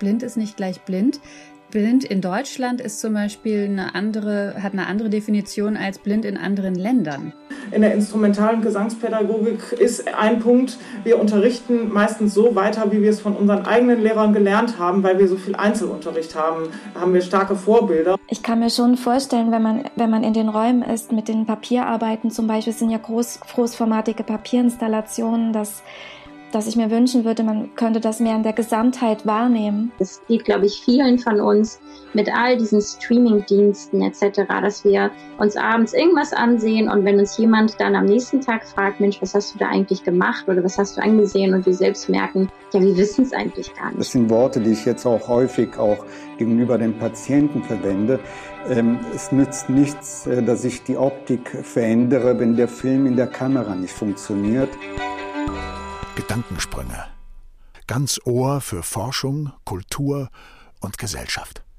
blind ist nicht gleich blind. Blind in Deutschland ist zum Beispiel hat eine andere Definition als blind in anderen Ländern. In der instrumentalen Gesangspädagogik ist ein Punkt, wir unterrichten meistens so weiter, wie wir es von unseren eigenen Lehrern gelernt haben, weil wir so viel Einzelunterricht haben, haben wir starke Vorbilder. Ich kann mir schon vorstellen, wenn man in den Räumen ist, mit den Papierarbeiten zum Beispiel, sind ja großformatige Papierinstallationen, dass ich mir wünschen würde, man könnte das mehr in der Gesamtheit wahrnehmen. Es geht, glaube ich, vielen von uns mit all diesen Streaming-Diensten etc., dass wir uns abends irgendwas ansehen und wenn uns jemand dann am nächsten Tag fragt, Mensch, was hast du da eigentlich gemacht oder was hast du angesehen, und wir selbst merken, ja, wir wissen es eigentlich gar nicht. Das sind Worte, die ich jetzt auch häufig auch gegenüber den Patienten verwende. Es nützt nichts, dass ich die Optik verändere, wenn der Film in der Kamera nicht funktioniert. Gedankensprünge. Ganz Ohr für Forschung, Kultur und Gesellschaft.